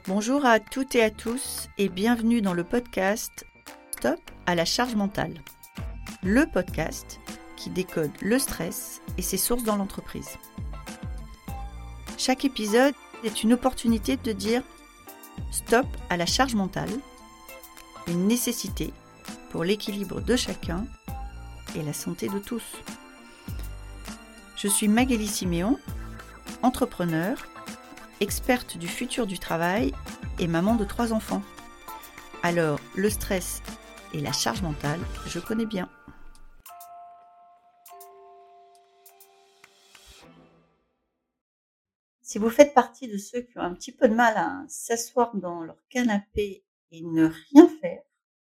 Bonjour à toutes et à tous et bienvenue dans le podcast Stop à la charge mentale. Le podcast qui décode le stress et ses sources dans l'entreprise. Chaque épisode est une opportunité de dire stop à la charge mentale, une nécessité pour l'équilibre de chacun et la santé de tous. Je suis Magali Siméon, entrepreneur, experte du futur du travail et maman de 3 enfants. Alors, le stress et la charge mentale, je connais bien. Si vous faites partie de ceux qui ont un petit peu de mal à s'asseoir dans leur canapé et ne rien faire,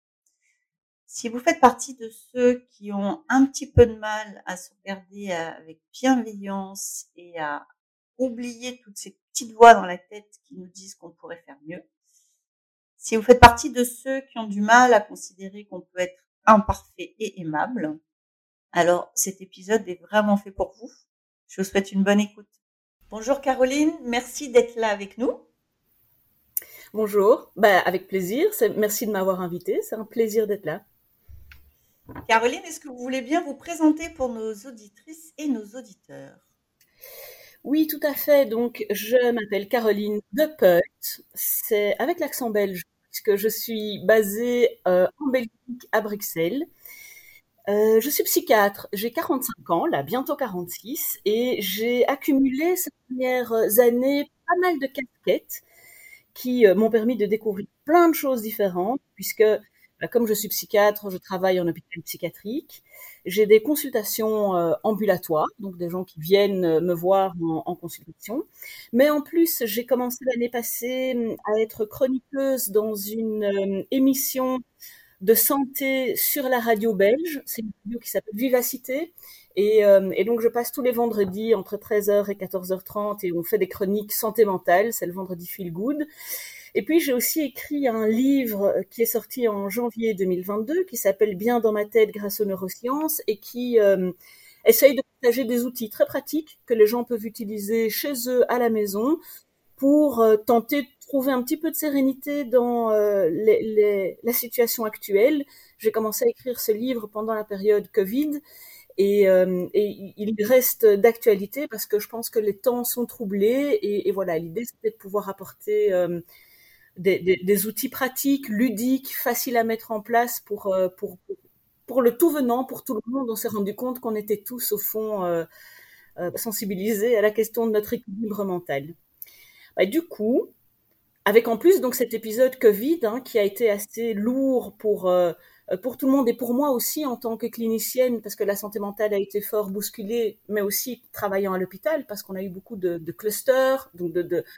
si vous faites partie de ceux qui ont un petit peu de mal à se regarder avec bienveillance et à oublier toutes ces petites voix dans la tête qui nous disent qu'on pourrait faire mieux, si vous faites partie de ceux qui ont du mal à considérer qu'on peut être imparfait et aimable, alors cet épisode est vraiment fait pour vous. Je vous souhaite une bonne écoute. Bonjour Caroline, merci d'être là avec nous. Bonjour, avec plaisir, merci de m'avoir invitée, c'est un plaisir d'être là. Caroline, est-ce que vous voulez bien vous présenter pour nos auditrices et nos auditeurs ? Oui, tout à fait. Donc, je m'appelle Caroline Depeut. C'est avec l'accent belge, puisque je suis basée en Belgique, à Bruxelles. Je suis psychiatre. J'ai 45 ans, là, bientôt 46, et j'ai accumulé ces dernières années pas mal de casquettes qui m'ont permis de découvrir plein de choses différentes, puisque comme je suis psychiatre, je travaille en hôpital psychiatrique. J'ai des consultations ambulatoires, donc des gens qui viennent me voir en consultation. Mais en plus, j'ai commencé l'année passée à être chroniqueuse dans une émission de santé sur la radio belge. C'est une radio qui s'appelle Vivacité. Et donc, je passe tous les vendredis entre 13h et 14h30 et on fait des chroniques santé mentale. C'est le vendredi Feel Good. Et puis, j'ai aussi écrit un livre qui est sorti en janvier 2022 qui s'appelle Bien dans ma tête grâce aux neurosciences et qui essaye de partager des outils très pratiques que les gens peuvent utiliser chez eux à la maison pour tenter de trouver un petit peu de sérénité dans la situation actuelle. J'ai commencé à écrire ce livre pendant la période Covid et il reste d'actualité parce que je pense que les temps sont troublés et voilà, l'idée c'était de pouvoir apporter des outils pratiques, ludiques, faciles à mettre en place pour le tout venant, pour tout le monde. On s'est rendu compte qu'on était tous au fond sensibilisés à la question de notre équilibre mental. Du coup, avec en plus donc cet épisode Covid qui a été assez lourd pour tout le monde et pour moi aussi en tant que clinicienne, parce que la santé mentale a été fort bousculée, mais aussi travaillant à l'hôpital, parce qu'on a eu beaucoup de clusters, donc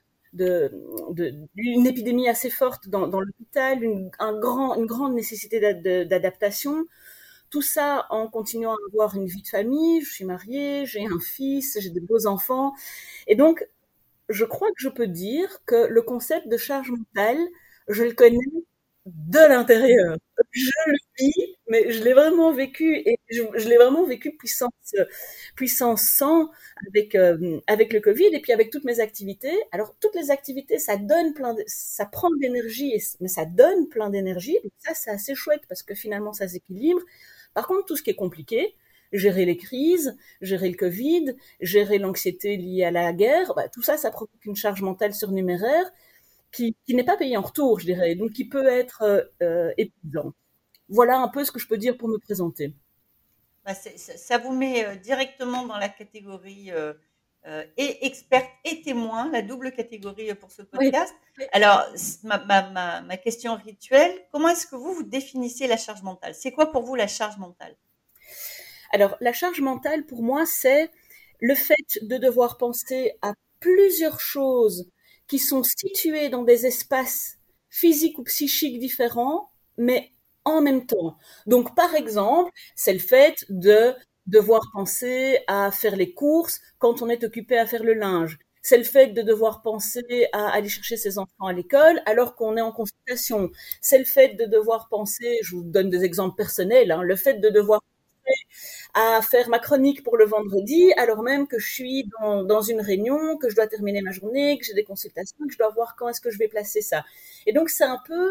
une épidémie assez forte dans l'hôpital, une grande nécessité d'adaptation. Tout ça en continuant à avoir une vie de famille. Je suis mariée, j'ai un fils, j'ai de beaux enfants. Et donc, je crois que je peux dire que le concept de charge mentale, je le connais de l'intérieur. Je le vis, mais je l'ai vraiment vécu et je l'ai vraiment vécu puissance 100 avec le Covid et puis avec toutes mes activités. Alors toutes les activités, ça prend de l'énergie, mais ça donne plein d'énergie. Donc ça, c'est assez chouette parce que finalement, ça s'équilibre. Par contre, tout ce qui est compliqué, gérer les crises, gérer le Covid, gérer l'anxiété liée à la guerre, tout ça, ça provoque une charge mentale surnuméraire qui n'est pas payée en retour, je dirais, donc qui peut être épuisant. Voilà un peu ce que je peux dire pour me présenter. Ça vous met directement dans la catégorie et experte et témoin, la double catégorie pour ce podcast. Oui. Alors, ma question rituelle, comment est-ce que vous définissez la charge mentale ? C'est quoi pour vous la charge mentale ? Alors, la charge mentale, pour moi, c'est le fait de devoir penser à plusieurs choses qui sont situées dans des espaces physiques ou psychiques différents, mais en même temps. Donc, par exemple, c'est le fait de devoir penser à faire les courses quand on est occupé à faire le linge. C'est le fait de devoir penser à aller chercher ses enfants à l'école alors qu'on est en consultation. C'est le fait de devoir penser, je vous donne des exemples personnels, le fait de devoir à faire ma chronique pour le vendredi, alors même que je suis dans une réunion, que je dois terminer ma journée, que j'ai des consultations, que je dois voir quand est-ce que je vais placer ça. Et donc c'est un peu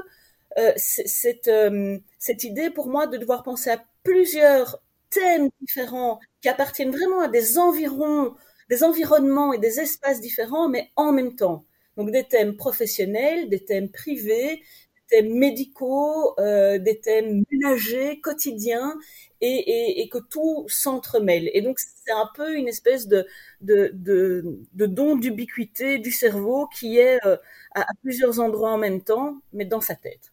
cette idée pour moi de devoir penser à plusieurs thèmes différents qui appartiennent vraiment à des environnements et des espaces différents, mais en même temps. Donc des thèmes professionnels, des thèmes privés, des thèmes médicaux, des thèmes ménagers, quotidiens, et que tout s'entremêle. Et donc c'est un peu une espèce de don d'ubiquité du cerveau qui est à plusieurs endroits en même temps, mais dans sa tête.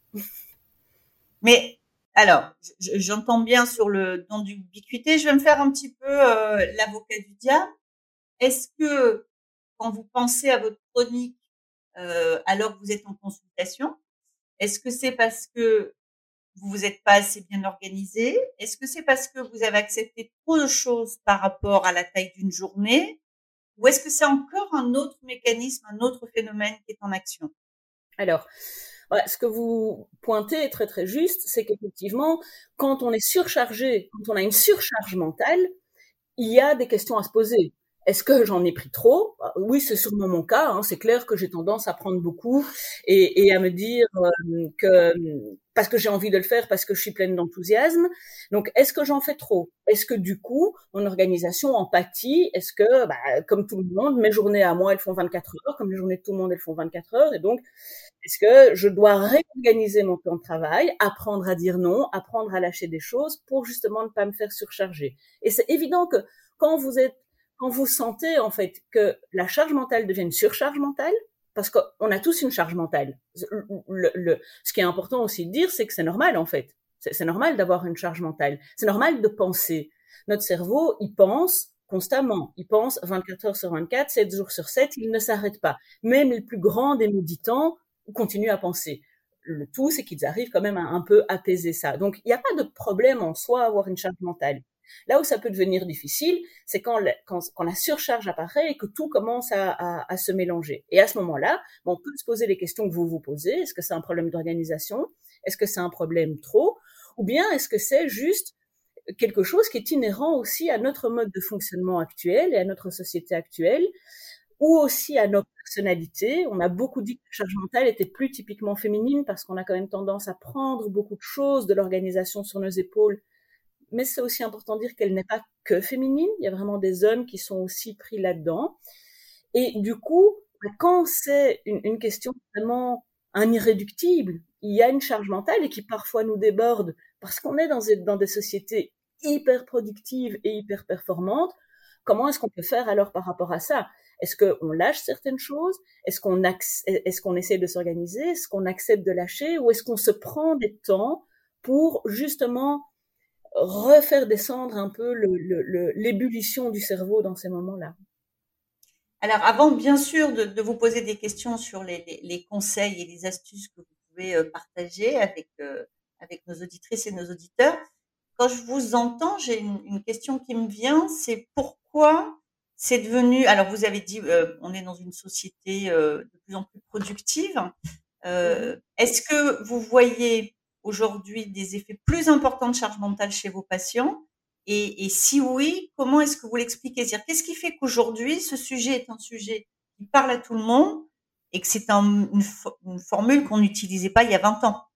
Mais alors, j'entends bien sur le don d'ubiquité. Je vais me faire un petit peu l'avocat du diable. Est-ce que quand vous pensez à votre chronique alors que vous êtes en consultation, est-ce que c'est parce que vous vous êtes pas assez bien organisé? Est-ce que c'est parce que vous avez accepté trop de choses par rapport à la taille d'une journée? Ou est-ce que c'est encore un autre mécanisme, un autre phénomène qui est en action? Alors, voilà, ce que vous pointez est très très juste, c'est qu'effectivement, quand on est surchargé, quand on a une surcharge mentale, il y a des questions à se poser. Est-ce que j'en ai pris trop? Oui, c'est sûrement mon cas. Hein. C'est clair que j'ai tendance à prendre beaucoup et à me dire que parce que j'ai envie de le faire, parce que je suis pleine d'enthousiasme. Donc, est-ce que j'en fais trop? Est-ce que du coup, mon organisation en pâtit? Est-ce que, comme tout le monde, mes journées à moi, elles font 24 heures, comme les journées de tout le monde, elles font 24 heures, et donc est-ce que je dois réorganiser mon plan de travail, apprendre à dire non, apprendre à lâcher des choses pour justement ne pas me faire surcharger? Et c'est évident que quand quand vous sentez en fait que la charge mentale devient une surcharge mentale, parce qu'on a tous une charge mentale. Ce qui est important aussi de dire, c'est que c'est normal en fait. C'est normal d'avoir une charge mentale. C'est normal de penser. Notre cerveau, il pense constamment. Il pense 24 heures sur 24, 7 jours sur 7, il ne s'arrête pas. Même les plus grands des méditants continuent à penser. Le tout, c'est qu'ils arrivent quand même à un peu apaiser ça. Donc, il n'y a pas de problème en soi à avoir une charge mentale. Là où ça peut devenir difficile, c'est quand la surcharge apparaît et que tout commence à se mélanger. Et à ce moment-là, on peut se poser les questions que vous vous posez. Est-ce que c'est un problème d'organisation? Est-ce que c'est un problème trop? Ou bien est-ce que c'est juste quelque chose qui est inhérent aussi à notre mode de fonctionnement actuel et à notre société actuelle, ou aussi à nos personnalités. On a beaucoup dit que la charge mentale était plus typiquement féminine parce qu'on a quand même tendance à prendre beaucoup de choses de l'organisation sur nos épaules. Mais c'est aussi important de dire qu'elle n'est pas que féminine. Il y a vraiment des hommes qui sont aussi pris là-dedans. Et du coup, quand c'est une question vraiment un irréductible, il y a une charge mentale et qui parfois nous déborde parce qu'on est dans des sociétés hyper productives et hyper performantes. Comment est-ce qu'on peut faire alors par rapport à ça? Est-ce qu'on lâche certaines choses? Est-ce qu'on essaie de s'organiser? Est-ce qu'on accepte de lâcher? Ou est-ce qu'on se prend des temps pour justement refaire descendre un peu l'ébullition du cerveau dans ces moments-là? Alors, avant, bien sûr, de vous poser des questions sur les conseils et les astuces que vous pouvez partager avec nos auditrices et nos auditeurs, quand je vous entends, j'ai une question qui me vient, c'est pourquoi c'est devenu, alors vous avez dit, on est dans une société de plus en plus productive. Est-ce que vous voyez aujourd'hui des effets plus importants de charge mentale chez vos patients? Et si oui, comment est-ce que vous l'expliquez? C'est-à-dire, qu'est-ce qui fait qu'aujourd'hui, ce sujet est un sujet qui parle à tout le monde et que c'est une formule qu'on n'utilisait pas il y a 20 ans?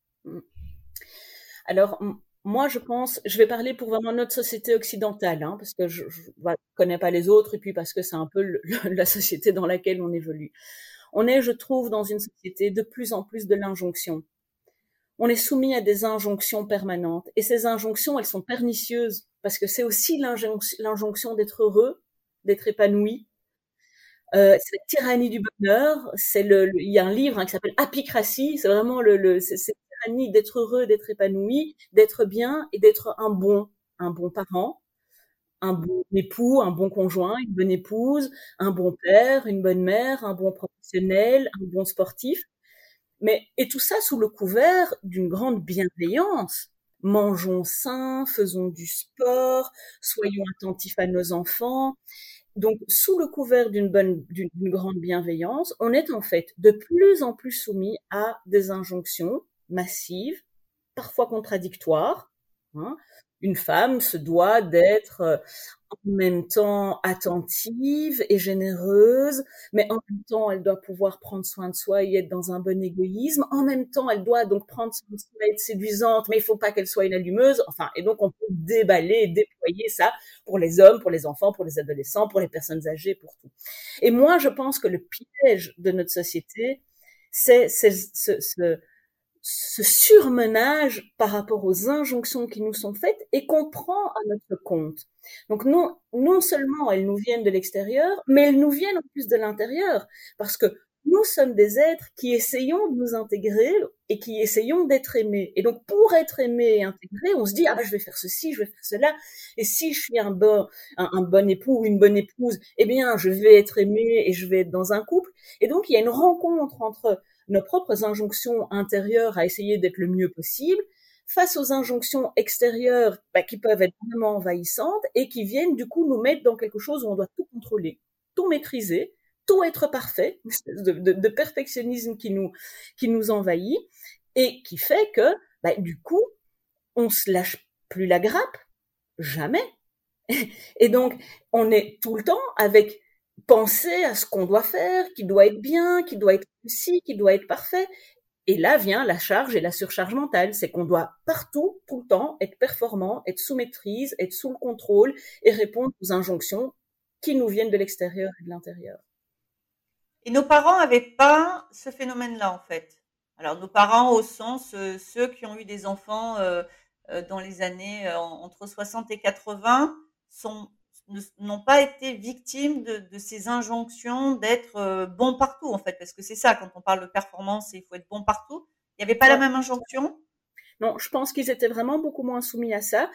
Alors, moi, je pense, je vais parler pour vraiment notre société occidentale, hein, parce que je connais pas les autres, et puis parce que c'est un peu la société dans laquelle on évolue. On est, je trouve, dans une société de plus en plus de l'injonction. On est soumis à des injonctions permanentes, et ces injonctions, elles sont pernicieuses, parce que c'est aussi l'injonction d'être heureux, d'être épanoui. C'est la tyrannie du bonheur. Il y a un livre qui s'appelle Apicratie. C'est vraiment c'est tyrannie d'être heureux, d'être épanoui, d'être bien et d'être un bon parent, un bon époux, un bon conjoint, une bonne épouse, un bon père, une bonne mère, un bon professionnel, un bon sportif. Et tout ça sous le couvert d'une grande bienveillance. Mangeons sain, faisons du sport, soyons attentifs à nos enfants. Donc, sous le couvert d'une grande bienveillance, on est en fait de plus en plus soumis à des injonctions massives, parfois contradictoires, hein, une femme se doit d'être en même temps attentive et généreuse, mais en même temps, elle doit pouvoir prendre soin de soi et être dans un bon égoïsme. En même temps, elle doit donc prendre soin de soi et être séduisante, mais il faut pas qu'elle soit une allumeuse. Enfin, et donc on peut déballer, déployer ça pour les hommes, pour les enfants, pour les adolescents, pour les personnes âgées, pour tout. Et moi, je pense que le piège de notre société, c'est ce surmenage par rapport aux injonctions qui nous sont faites et qu'on prend à notre compte. Donc non seulement elles nous viennent de l'extérieur, mais elles nous viennent en plus de l'intérieur, parce que nous sommes des êtres qui essayons de nous intégrer et qui essayons d'être aimés. Et donc pour être aimés et intégrés, on se dit, ah ben je vais faire ceci, je vais faire cela, et si je suis un bon époux ou une bonne épouse, eh bien je vais être aimé et je vais être dans un couple. Et donc il y a une rencontre entre nos propres injonctions intérieures à essayer d'être le mieux possible, face aux injonctions extérieures qui peuvent être vraiment envahissantes et qui viennent du coup nous mettre dans quelque chose où on doit tout contrôler, tout maîtriser, tout être parfait, une espèce de perfectionnisme qui nous envahit et qui fait que du coup on se lâche plus la grappe, jamais. Et donc on est tout le temps avec penser à ce qu'on doit faire, qui doit être bien, qui doit être réussi, qui doit être parfait. Et là vient la charge et la surcharge mentale. C'est qu'on doit partout, tout le temps, être performant, être sous maîtrise, être sous le contrôle et répondre aux injonctions qui nous viennent de l'extérieur et de l'intérieur. Et nos parents n'avaient pas ce phénomène-là, en fait. Alors, nos parents, au sens, ceux qui ont eu des enfants dans les années entre 60 et 80, n'ont pas été victimes de ces injonctions d'être bon partout, en fait. Parce que c'est ça, quand on parle de performance, il faut être bon partout. Il n'y avait pas la Ouais. même injonction? Non, je pense qu'ils étaient vraiment beaucoup moins soumis à ça.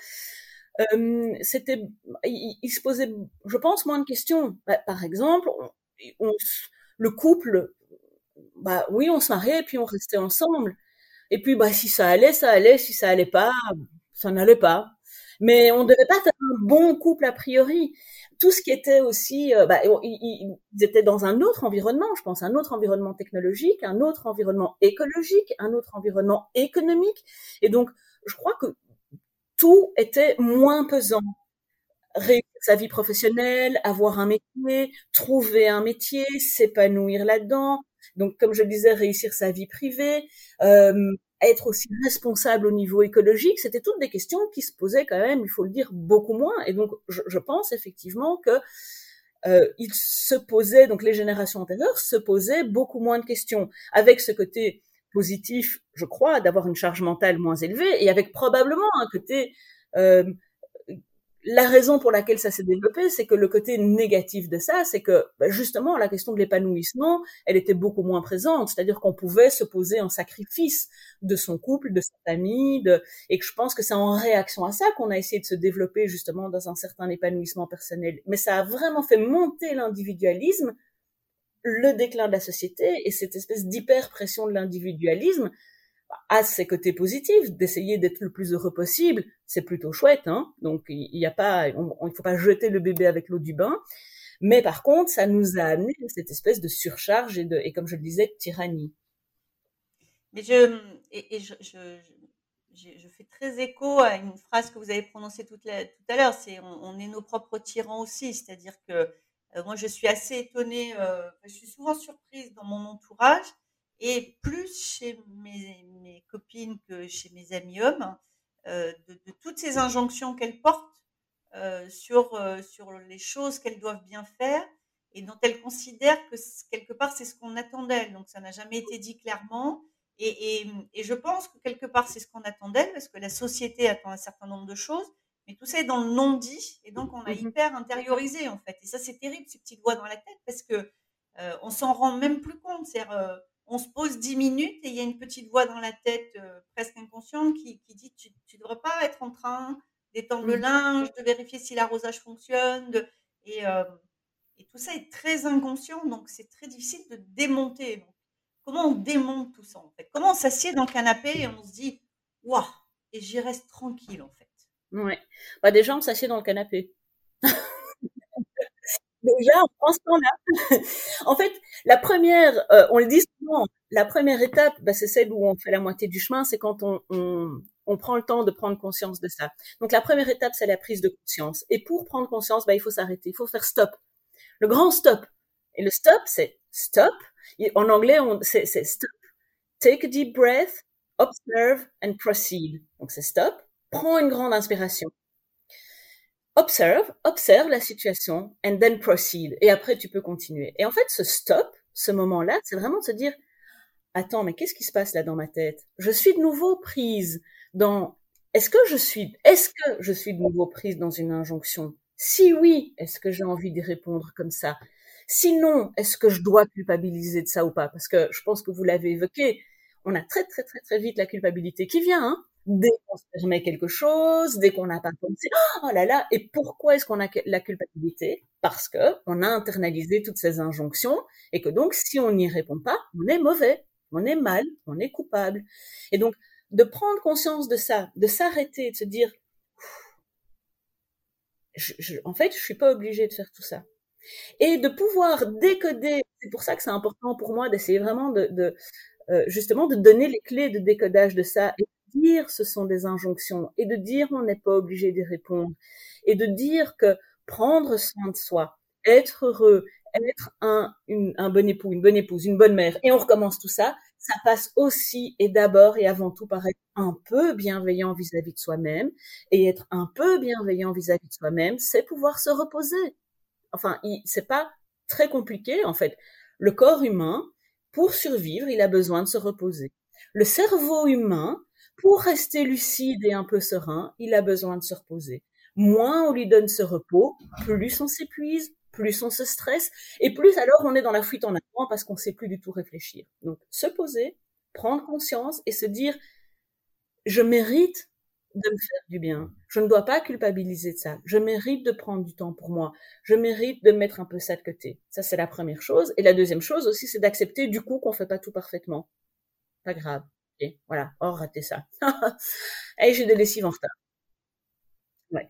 Ils se posaient, je pense, moins de questions. Par exemple, le couple, oui, on se mariait et puis on restait ensemble. Et puis, si ça allait, ça allait. Si ça allait pas, ça n'allait pas. Mais on ne devait pas faire un bon couple a priori. Tout ce qui était aussi, ils étaient dans un autre environnement, je pense, un autre environnement technologique, un autre environnement écologique, un autre environnement économique. Et donc, je crois que tout était moins pesant. Réussir sa vie professionnelle, avoir un métier, trouver un métier, s'épanouir là-dedans. Donc, comme je le disais, réussir sa vie privée, être aussi responsable au niveau écologique, c'était toutes des questions qui se posaient quand même, il faut le dire, beaucoup moins. Et donc, je pense effectivement que ils se posaient, donc les générations antérieures se posaient beaucoup moins de questions, avec ce côté positif, je crois, d'avoir une charge mentale moins élevée, et avec probablement un côté la raison pour laquelle ça s'est développé, c'est que le côté négatif de ça, c'est que justement la question de l'épanouissement, elle était beaucoup moins présente. C'est-à-dire qu'on pouvait se poser en sacrifice de son couple, de sa famille, et que je pense que c'est en réaction à ça qu'on a essayé de se développer justement dans un certain épanouissement personnel. Mais ça a vraiment fait monter l'individualisme, le déclin de la société et cette espèce d'hyper-pression de l'individualisme a ses côtés positifs, d'essayer d'être le plus heureux possible, c'est plutôt chouette, hein. Donc il y a pas, il faut pas jeter le bébé avec l'eau du bain. Mais par contre, ça nous a amené à cette espèce de surcharge et comme je le disais, de tyrannie. Mais je fais très écho à une phrase que vous avez prononcée tout à l'heure, c'est on est nos propres tyrans aussi, c'est-à-dire que moi je suis assez étonnée, je suis souvent surprise dans mon entourage et plus chez mes copines que chez mes amis hommes, de toutes ces injonctions qu'elles portent sur les choses qu'elles doivent bien faire et dont elles considèrent que quelque part c'est ce qu'on attend d'elles. Donc ça n'a jamais été dit clairement. Et je pense que quelque part, c'est ce qu'on attend d'elle, parce que la société attend un certain nombre de choses, mais tout ça est dans le non-dit, et donc on a hyper intériorisé, en fait. Et ça, c'est terrible, ces petites voix dans la tête, parce que on s'en rend même plus compte. C'est-à-dire, on se pose 10 minutes, et il y a une petite voix dans la tête, presque inconsciente, qui dit, tu ne devrais pas être en train d'étendre le linge, de vérifier si l'arrosage fonctionne, et, euh, et tout ça est très inconscient, donc c'est très difficile de démonter. Donc, comment on démonte tout ça, en fait? Comment on s'assied dans le canapé et on se dit, waouh, et j'y reste tranquille, en fait. Ouais. Déjà, on s'assied dans le canapé. Déjà, on prend ce temps-là. En fait, la première, on le dit souvent, la première étape, c'est celle où on fait la moitié du chemin, c'est quand On prend le temps de prendre conscience de ça. Donc la première étape, c'est la prise de conscience. Et pour prendre conscience, il faut s'arrêter, il faut faire stop. Le grand stop. Et le stop, c'est stop. En anglais, c'est stop. Take a deep breath, observe and proceed. Donc c'est stop. Prends une grande inspiration. Observe la situation and then proceed. Et après, tu peux continuer. Et en fait, ce stop, ce moment-là, c'est vraiment de se dire, attends, mais qu'est-ce qui se passe là dans ma tête? Je suis de nouveau prise dans, est-ce que je suis de nouveau prise dans une injonction? Si oui, est-ce que j'ai envie d'y répondre comme ça? Sinon, est-ce que je dois culpabiliser de ça ou pas? Parce que je pense que vous l'avez évoqué, on a très, très, très, très vite la culpabilité qui vient, hein. Dès qu'on se permet quelque chose, dès qu'on n'a pas pensé, oh là là, et pourquoi est-ce qu'on a la culpabilité? Parce que on a internalisé toutes ces injonctions, et que donc, si on n'y répond pas, on est mauvais, on est mal, on est coupable. Et donc, de prendre conscience de ça, de s'arrêter, de se dire, en fait, je suis pas obligée de faire tout ça. Et de pouvoir décoder, c'est pour ça que c'est important pour moi d'essayer vraiment justement de donner les clés de décodage de ça et de dire ce sont des injonctions et de dire on n'est pas obligé d'y répondre et de dire que prendre soin de soi, être heureux, être un bon époux, une bonne épouse, une bonne mère, et on recommence tout ça, ça passe aussi et d'abord et avant tout par être un peu bienveillant vis-à-vis de soi-même. Et être un peu bienveillant vis-à-vis de soi-même, c'est pouvoir se reposer. Enfin, c'est pas très compliqué, en fait. Le corps humain, pour survivre, il a besoin de se reposer. Le cerveau humain, pour rester lucide et un peu serein, il a besoin de se reposer. Moins on lui donne ce repos, plus on s'épuise, plus on se stresse, et plus alors on est dans la fuite en avant parce qu'on sait plus du tout réfléchir. Donc, se poser, prendre conscience et se dire, je mérite de me faire du bien. Je ne dois pas culpabiliser de ça. Je mérite de prendre du temps pour moi. Je mérite de mettre un peu ça de côté. Ça, c'est la première chose. Et la deuxième chose aussi, c'est d'accepter du coup qu'on fait pas tout parfaitement. Pas grave. Et voilà. Oh, raté ça. Et j'ai des lessives en retard. Ouais.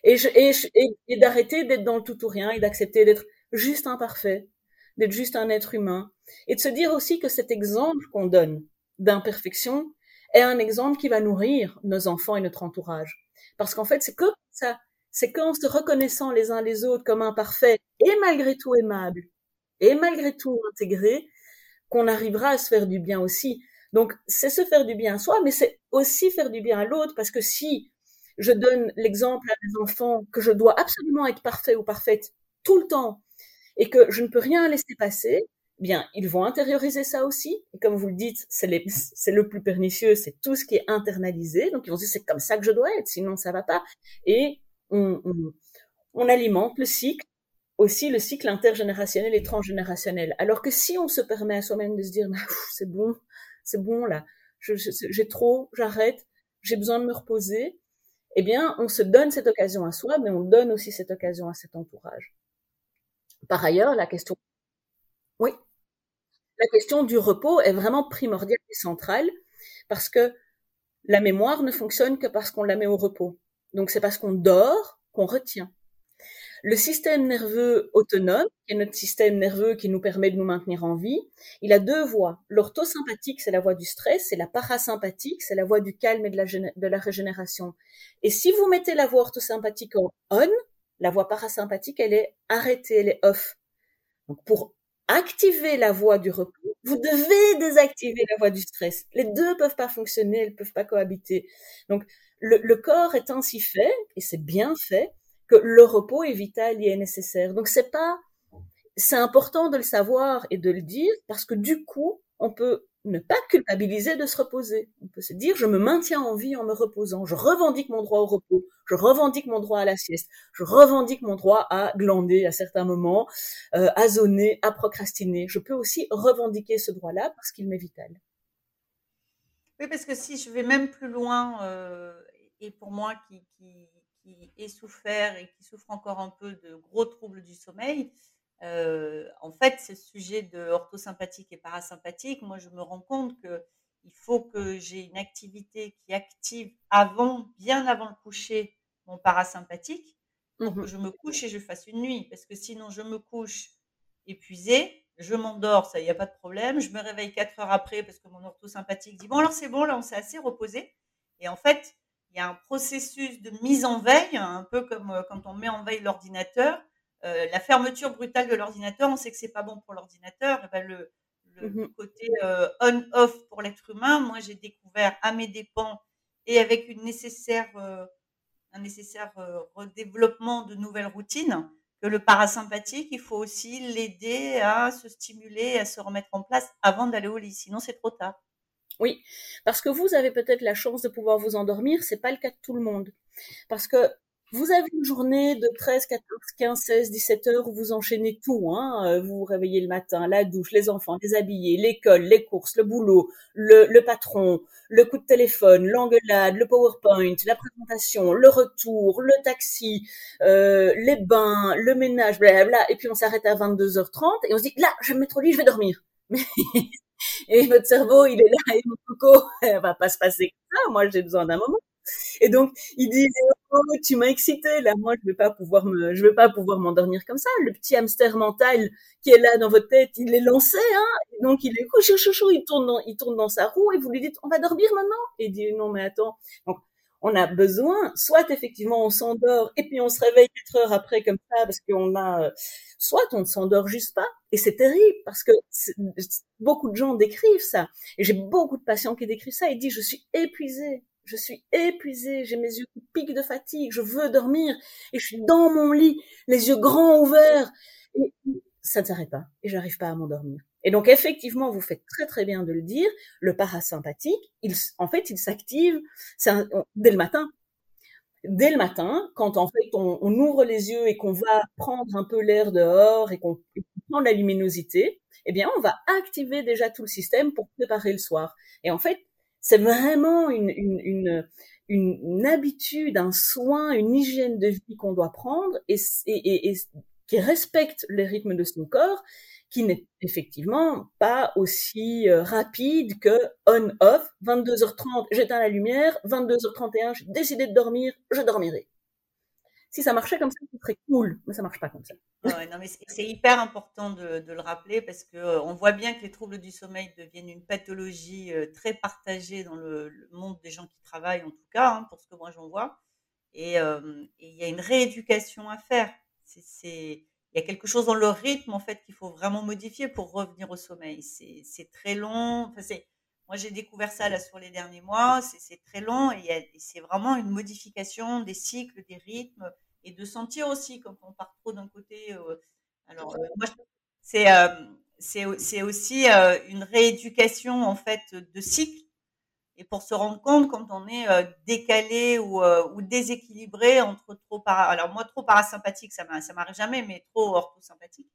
Et d'arrêter d'être dans le tout ou rien et d'accepter d'être juste imparfait, d'être juste un être humain. Et de se dire aussi que cet exemple qu'on donne d'imperfection est un exemple qui va nourrir nos enfants et notre entourage. Parce qu'en fait, c'est que ça. C'est qu'en se reconnaissant les uns les autres comme imparfaits et malgré tout aimables et malgré tout intégrés qu'on arrivera à se faire du bien aussi. Donc, c'est se faire du bien à soi, mais c'est aussi faire du bien à l'autre parce que si je donne l'exemple à mes enfants que je dois absolument être parfait ou parfaite tout le temps et que je ne peux rien laisser passer, eh bien, ils vont intérioriser ça aussi. Et comme vous le dites, c'est le plus pernicieux, c'est tout ce qui est internalisé. Donc, ils vont se dire, c'est comme ça que je dois être, sinon ça va pas. Et on alimente le cycle, aussi le cycle intergénérationnel et transgénérationnel. Alors que si on se permet à soi-même de se dire, c'est bon là, j'ai trop, j'arrête, j'ai besoin de me reposer, eh bien, on se donne cette occasion à soi, mais on donne aussi cette occasion à cet entourage. Par ailleurs, oui, la question du repos est vraiment primordiale et centrale parce que la mémoire ne fonctionne que parce qu'on la met au repos. Donc, c'est parce qu'on dort qu'on retient. Le système nerveux autonome, qui est notre système nerveux qui nous permet de nous maintenir en vie, il a deux voies. L'orthosympathique, c'est la voie du stress, et la parasympathique, c'est la voie du calme et de la régénération. Et si vous mettez la voie orthosympathique en on, la voie parasympathique, elle est arrêtée, elle est off. Donc, pour activer la voie du repos, vous devez désactiver la voie du stress. Les deux peuvent pas fonctionner, elles peuvent pas cohabiter. Donc, le corps est ainsi fait, et c'est bien fait, que le repos est vital et est nécessaire. Donc c'est important de le savoir et de le dire parce que du coup, on peut ne pas culpabiliser de se reposer. On peut se dire, je me maintiens en vie en me reposant. Je revendique mon droit au repos. Je revendique mon droit à la sieste. Je revendique mon droit à glander à certains moments, à zoner, à procrastiner. Je peux aussi revendiquer ce droit-là parce qu'il m'est vital. Oui, parce que si je vais même plus loin, et pour moi qui ai souffert et qui souffre encore un peu de gros troubles du sommeil, en fait, ce sujet de orthosympathique et parasympathique, moi, je me rends compte que il faut que j'ai une activité qui active bien avant le coucher, mon parasympathique pour que je me couche et je fasse une nuit. Parce que sinon, je me couche épuisée, je m'endors, ça, il n'y a pas de problème. Je me réveille 4 heures après parce que mon orthosympathique dit, bon, alors c'est bon, là, on s'est assez reposé. Et en fait, il y a un processus de mise en veille, un peu comme quand on met en veille l'ordinateur. La fermeture brutale de l'ordinateur, on sait que c'est pas bon pour l'ordinateur. Et ben le Mhm. côté on-off pour l'être humain, moi j'ai découvert à mes dépens et avec un nécessaire redéveloppement de nouvelles routines, que le parasympathique, il faut aussi l'aider à se stimuler, à se remettre en place avant d'aller au lit. Sinon, c'est trop tard. Oui, parce que vous avez peut-être la chance de pouvoir vous endormir, c'est pas le cas de tout le monde. Parce que vous avez une journée de 13, 14, 15, 16, 17 heures où vous enchaînez tout, hein. Vous vous réveillez le matin, la douche, les enfants, les habillés, l'école, les courses, le boulot, le patron, le coup de téléphone, l'engueulade, le PowerPoint, la présentation, le retour, le taxi, les bains, le ménage, blablabla. Et puis on s'arrête à 22h30 et on se dit, là, je vais me mettre au lit, je vais dormir. Et votre cerveau, il est là, et mon coco, elle va pas se passer comme ça. Moi, j'ai besoin d'un moment. Et donc, il dit, oh, tu m'as excité, là, moi, je vais pas pouvoir m'endormir comme ça. Le petit hamster mental qui est là dans votre tête, il est lancé, hein. Et donc, il est chou, chou, chou, il tourne dans sa roue et vous lui dites, on va dormir maintenant. Et il dit, non, mais attends. Donc, on a besoin, soit effectivement on s'endort et puis on se réveille 4 heures après comme ça parce qu'on a, soit on ne s'endort juste pas et c'est terrible parce que beaucoup de gens décrivent ça et j'ai beaucoup de patients qui décrivent ça. Ils disent je suis épuisée, j'ai mes yeux qui piquent de fatigue, je veux dormir et je suis dans mon lit, les yeux grands ouverts et ça ne s'arrête pas et j'arrive pas à m'endormir. Et donc effectivement, vous faites très très bien de le dire, le parasympathique, en fait, il s'active dès le matin. Dès le matin, quand en fait on ouvre les yeux et qu'on va prendre un peu l'air dehors et qu'on prend la luminosité, eh bien on va activer déjà tout le système pour préparer le soir. Et en fait, c'est vraiment une habitude, un soin, une hygiène de vie qu'on doit prendre et qui respecte les rythmes de son corps, qui n'est effectivement pas aussi rapide que on-off, 22h30, j'éteins la lumière, 22h31, j'ai décidé de dormir, je dormirai. Si ça marchait comme ça, ce serait cool, mais ça marche pas comme ça. Ouais, non, mais c'est hyper important de le rappeler parce que on voit bien que les troubles du sommeil deviennent une pathologie très partagée dans le monde des gens qui travaillent, en tout cas, hein, pour ce que moi j'en vois. Et il y a une rééducation à faire. Il y a quelque chose dans le rythme en fait qu'il faut vraiment modifier pour revenir au sommeil. C'est très long. Enfin, moi j'ai découvert ça là sur les derniers mois. C'est très long et c'est vraiment une modification des cycles, des rythmes et de sentir aussi quand on part trop d'un côté. Alors moi c'est euh, c'est aussi une rééducation en fait de cycle et pour se rendre compte quand on est décalé ou déséquilibré entre alors moi trop parasympathique ça m'arrive jamais mais trop orthosympathique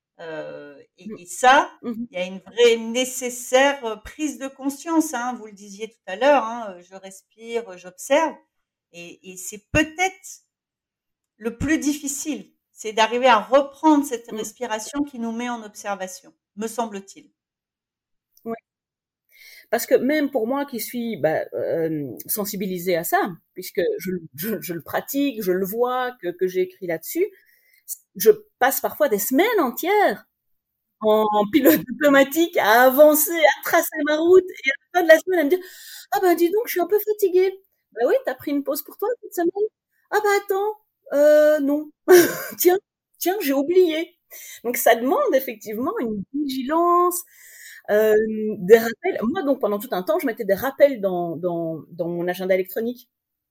et ça Mhm. il y a une vraie nécessaire prise de conscience hein, vous le disiez tout à l'heure hein, je respire j'observe et c'est peut-être le plus difficile c'est d'arriver à reprendre cette Mhm. respiration qui nous met en observation me semble-t-il. Ouais. Parce que même pour moi qui suis sensibilisée à ça, puisque je le pratique, je le vois, que j'ai écrit là-dessus, je passe parfois des semaines entières en pilote automatique à avancer, à tracer ma route et à la fin de la semaine à me dire ah ben dis donc je suis un peu fatiguée. Ben oui, t'as pris une pause pour toi cette semaine? Ah ben attends, non. tiens, tiens, j'ai oublié. Donc ça demande effectivement une vigilance, euh, des rappels. Moi donc pendant tout un temps je mettais des rappels dans mon agenda électronique.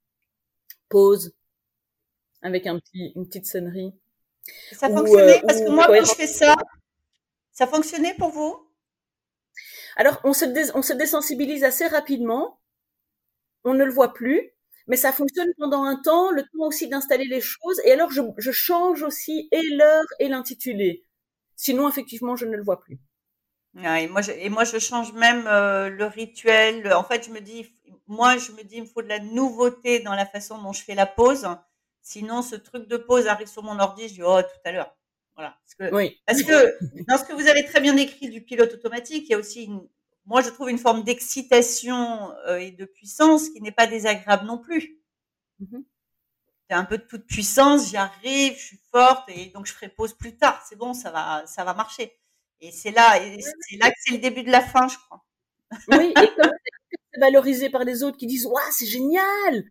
Pause avec une petite sonnerie Et ça fonctionnait parce que ou moi quand je cohérence. fais ça ça fonctionnait pour vous? Alors on se désensibilise assez rapidement, on ne le voit plus, mais ça fonctionne pendant un temps, le temps aussi d'installer les choses, et alors je change aussi et l'heure et l'intitulé. Sinon, effectivement, je ne le vois plus. Ouais, et moi, je change même le rituel. En fait, je me dis, il me faut de la nouveauté dans la façon dont je fais la pause. Sinon, ce truc de pause arrive sur mon ordi, je dis, oh, tout à l'heure. Voilà. Oui. Parce que dans ce que vous avez très bien décrit du pilote automatique, il y a aussi moi, je trouve une forme d'excitation et de puissance qui n'est pas désagréable non plus. Mhm. C'est un peu de toute puissance, j'y arrive, je suis forte et donc je ferai pause plus tard. C'est bon, ça va marcher. Et c'est là que c'est le début de la fin, je crois. Oui, et comme t'es valorisé par les autres qui disent, waouh, c'est génial!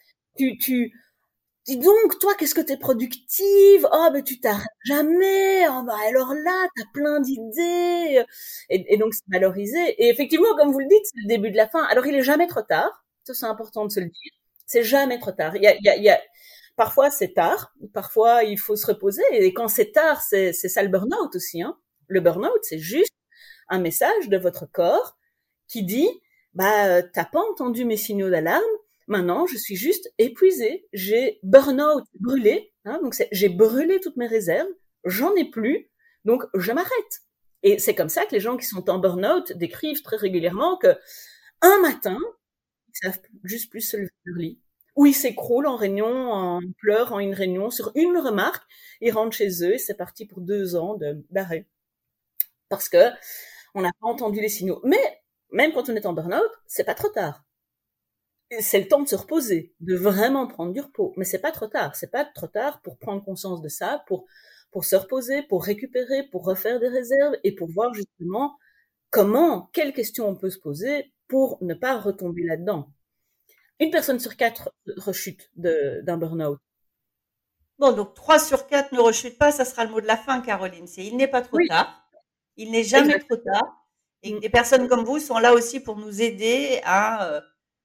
Dis donc, toi, qu'est-ce que t'es productive? Oh, ben, tu t'arrêtes jamais. Oh, bah, alors là, t'as plein d'idées. Et donc, c'est valorisé. Et effectivement, comme vous le dites, c'est le début de la fin. Alors, il est jamais trop tard. Ça, c'est important de se le dire. C'est jamais trop tard. Parfois, c'est tard. Parfois, il faut se reposer. Et quand c'est tard, c'est ça le burn-out aussi, hein. Le burn-out, c'est juste un message de votre corps qui dit, bah, t'as pas entendu mes signaux d'alarme. Maintenant, je suis juste épuisée. J'ai burn-out, brûlé. Hein, donc, j'ai brûlé toutes mes réserves. J'en ai plus. Donc, je m'arrête. Et c'est comme ça que les gens qui sont en burn-out décrivent très régulièrement que un matin, ils savent juste plus se lever de leur lit. Ou ils s'écroulent en réunion, en pleurs, en une réunion, sur une remarque. Ils rentrent chez eux et c'est parti pour 2 ans d'arrêt. Parce que on n'a pas entendu les signaux. Mais, même quand on est en burn-out, c'est pas trop tard. C'est le temps de se reposer, de vraiment prendre du repos. Mais c'est pas trop tard. C'est pas trop tard pour prendre conscience de ça, pour se reposer, pour récupérer, pour refaire des réserves et pour voir justement quelles questions on peut se poser pour ne pas retomber là-dedans. 1 personne sur 4 rechute d'un burn-out. Bon, donc 3 sur 4 ne rechutent pas, ça sera le mot de la fin, Caroline. C'est il n'est pas trop tard. Il n'est jamais trop tard. Et des personnes comme vous sont là aussi pour nous aider à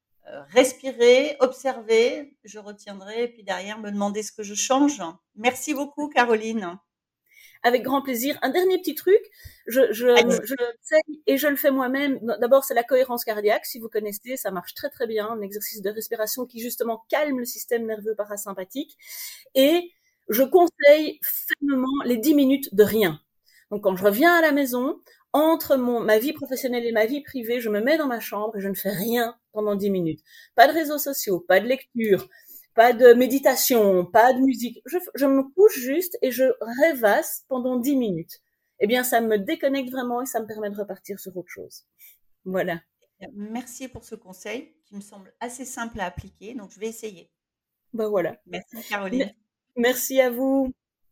respirer, observer. Je retiendrai et puis derrière me demander ce que je change. Merci beaucoup, Caroline. Avec grand plaisir. Un dernier petit truc, je sais et je le fais moi-même. D'abord, c'est la cohérence cardiaque. Si vous connaissez, ça marche très très bien. Un exercice de respiration qui justement calme le système nerveux parasympathique. Et je conseille fermement les 10 minutes de rien. Donc, quand je reviens à la maison, entre ma vie professionnelle et ma vie privée, je me mets dans ma chambre et je ne fais rien pendant 10 minutes. Pas de réseaux sociaux, pas de lecture, pas de méditation, pas de musique. Je me couche juste et je rêvasse pendant 10 minutes. Eh bien, ça me déconnecte vraiment et ça me permet de repartir sur autre chose. Voilà. Merci pour ce conseil qui me semble assez simple à appliquer. Donc, je vais essayer. Ben voilà. Merci, Caroline. Merci à vous.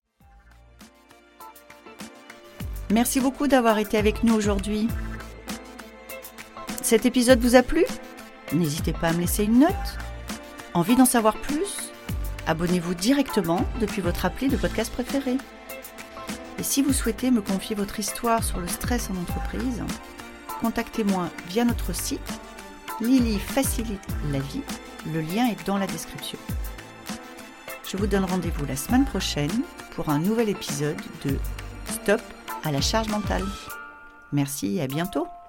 Merci beaucoup d'avoir été avec nous aujourd'hui. Cet épisode vous a plu ? N'hésitez pas à me laisser une note. Envie d'en savoir plus ? Abonnez-vous directement depuis votre appli de podcast préféré. Et si vous souhaitez me confier votre histoire sur le stress en entreprise, contactez-moi via notre site Lily facilite la vie. Le lien est dans la description. Je vous donne rendez-vous la semaine prochaine pour un nouvel épisode de Stop à la charge mentale. Merci et à bientôt.